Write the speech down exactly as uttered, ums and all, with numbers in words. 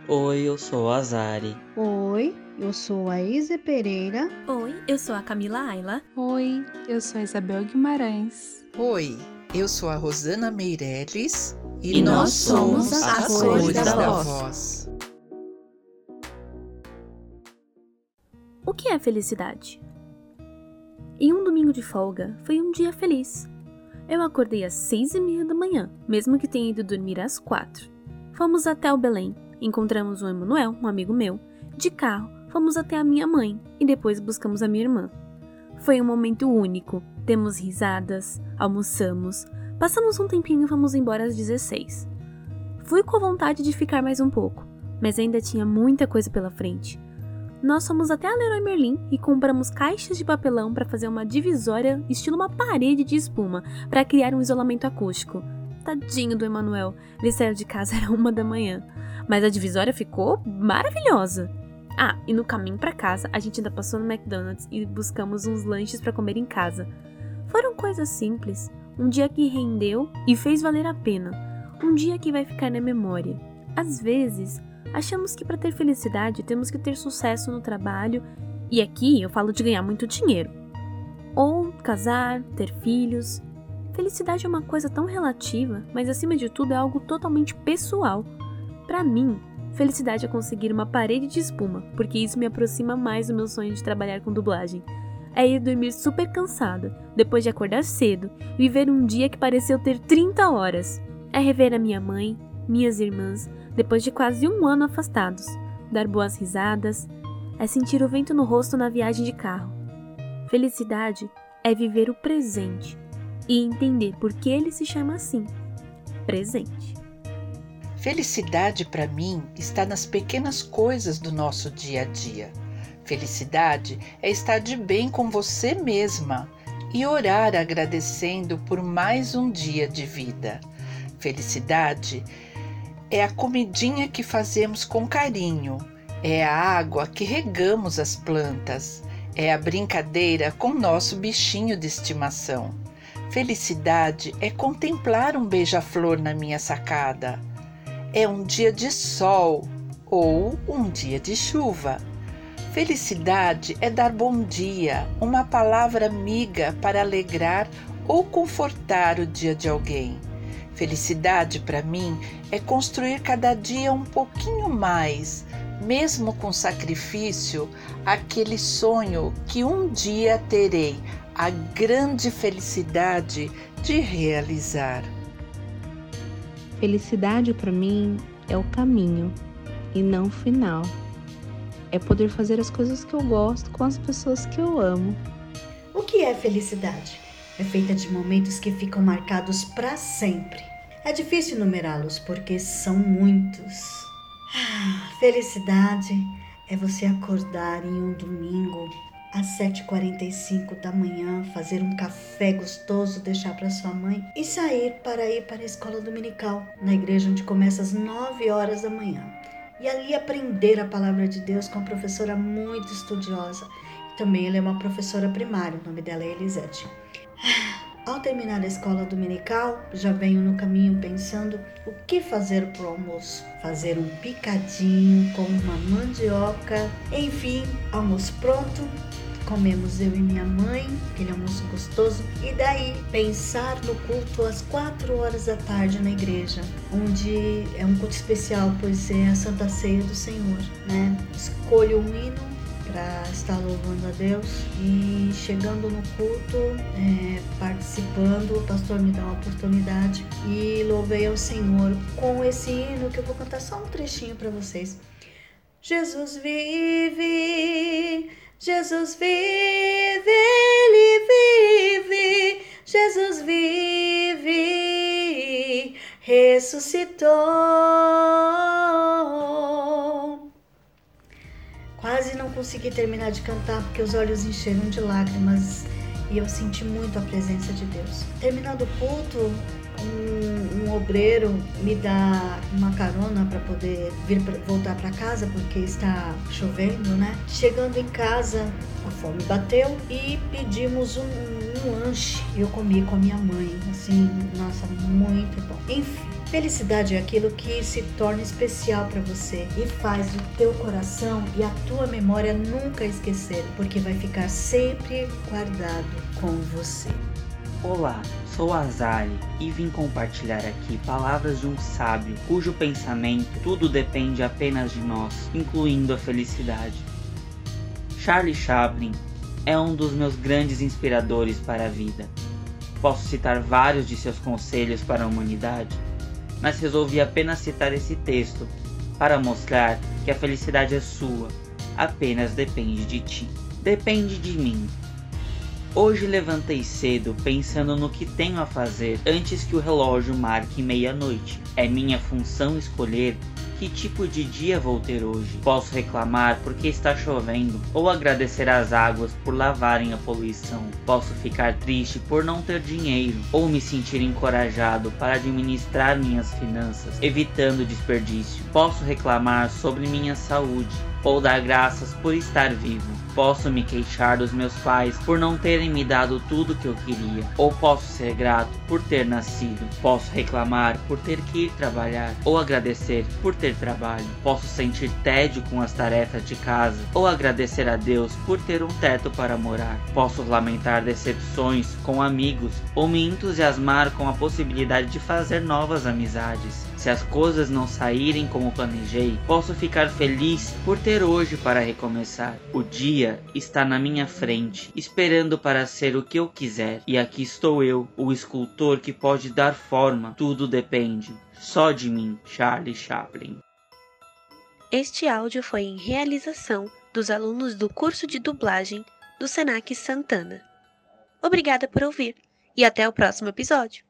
Oi, eu sou a Zari. Oi, eu sou a Isa Pereira. Oi, eu sou a Camila Ayla. Oi, eu sou a Isabel Guimarães. Oi, eu sou a Rosana Meirelles e, e nós somos as Cores da, da voz. voz. O que é felicidade? Em um domingo de folga, foi um dia feliz. Eu acordei às seis e meia da manhã, mesmo que tenha ido dormir às quatro. Fomos até o Belém, encontramos o Emanuel, um amigo meu. De carro, fomos até a minha mãe e depois buscamos a minha irmã. Foi um momento único, demos risadas, almoçamos, passamos um tempinho e fomos embora às dezesseis. Fui com vontade de ficar mais um pouco, mas ainda tinha muita coisa pela frente. Nós fomos até a Leroy Merlin e compramos caixas de papelão para fazer uma divisória estilo uma parede de espuma para criar um isolamento acústico. Tadinho do Emanuel, ele saiu de casa era uma da manhã, mas a divisória ficou maravilhosa. Ah, e no caminho para casa a gente ainda passou no McDonald's e buscamos uns lanches para comer em casa. Foram coisas simples, um dia que rendeu e fez valer a pena, um dia que vai ficar na memória. Às vezes, achamos que para ter felicidade temos que ter sucesso no trabalho, e aqui eu falo de ganhar muito dinheiro. Ou casar, ter filhos. Felicidade é uma coisa tão relativa, mas acima de tudo é algo totalmente pessoal. Para mim, felicidade é conseguir uma parede de espuma, porque isso me aproxima mais do meu sonho de trabalhar com dublagem. É ir dormir super cansada, depois de acordar cedo, e viver um dia que pareceu ter trinta horas. É rever a minha mãe, minhas irmãs, depois de quase um ano afastados, dar boas risadas, é sentir o vento no rosto na viagem de carro. Felicidade é viver o presente e entender por que ele se chama assim, presente. Felicidade para mim está nas pequenas coisas do nosso dia a dia. Felicidade é estar de bem com você mesma e orar agradecendo por mais um dia de vida. Felicidade é a comidinha que fazemos com carinho, é a água que regamos as plantas, é a brincadeira com nosso bichinho de estimação. Felicidade é contemplar um beija-flor na minha sacada. É um dia de sol ou um dia de chuva. Felicidade é dar bom dia, uma palavra amiga para alegrar ou confortar o dia de alguém. Felicidade para mim é construir cada dia um pouquinho mais, mesmo com sacrifício, aquele sonho que um dia terei a grande felicidade de realizar. Felicidade para mim é o caminho e não o final. É poder fazer as coisas que eu gosto com as pessoas que eu amo. O que é felicidade? É feita de momentos que ficam marcados para sempre. É difícil numerá-los porque são muitos. Ah, felicidade é você acordar em um domingo às sete e quarenta e cinco da manhã, fazer um café gostoso, deixar para sua mãe e sair para ir para a escola dominical, na igreja onde começa às nove horas da manhã. E ali aprender a palavra de Deus com uma professora muito estudiosa. Também ela é uma professora primária, o nome dela é Elisete. Ao terminar a escola dominical, já venho no caminho pensando o que fazer para o almoço. Fazer um picadinho com uma mandioca. Enfim, almoço pronto. Comemos eu e minha mãe, aquele almoço gostoso. E daí, pensar no culto às quatro horas da tarde na igreja, onde é um culto especial, pois é a Santa Ceia do Senhor, né? Escolho um hino para estar louvando a Deus e chegando no culto, é, participando, o pastor me dá uma oportunidade e louvei ao Senhor com esse hino que eu vou cantar só um trechinho para vocês. Jesus vive, Jesus vive, Ele vive, Jesus vive, ressuscitou. Quase não consegui terminar de cantar porque os olhos encheram de lágrimas e eu senti muito a presença de Deus. Terminando o culto, um, um obreiro me dá uma carona para poder vir pra, voltar para casa porque está chovendo, né? Chegando em casa, a fome bateu e pedimos um, um lanche. Eu comi com a minha mãe, assim, nossa, muito bom. Enfim, Felicidade é aquilo que se torna especial para você e faz o teu coração e a tua memória nunca esquecer, porque vai ficar sempre guardado com você. Olá, sou Azari e vim compartilhar aqui palavras de um sábio cujo pensamento tudo depende apenas de nós, incluindo a felicidade. Charlie Chaplin é um dos meus grandes inspiradores para a vida. Posso citar vários de seus conselhos para a humanidade, mas resolvi apenas citar esse texto para mostrar que a felicidade é sua, apenas depende de ti. Depende de mim. Hoje levantei cedo pensando no que tenho a fazer antes que o relógio marque meia-noite. É minha função escolher que tipo de dia vou ter hoje. Posso reclamar porque está chovendo, ou agradecer às águas por lavarem a poluição. Posso ficar triste por não ter dinheiro, ou me sentir encorajado para administrar minhas finanças, evitando desperdício. Posso reclamar sobre minha saúde, ou dar graças por estar vivo. Posso me queixar dos meus pais por não terem me dado tudo que eu queria, ou posso ser grato por ter nascido. Posso reclamar por ter que ir trabalhar, ou agradecer por ter trabalho. Posso sentir tédio com as tarefas de casa, ou agradecer a Deus por ter um teto para morar. Posso lamentar decepções com amigos, ou me entusiasmar com a possibilidade de fazer novas amizades. Se as coisas não saírem como planejei, posso ficar feliz por ter hoje para recomeçar. O dia está na minha frente, esperando para ser o que eu quiser. E aqui estou eu, o escultor que pode dar forma. Tudo depende só de mim, Charlie Chaplin. Este áudio foi em realização dos alunos do curso de dublagem do Senac Santana. Obrigada por ouvir e até o próximo episódio.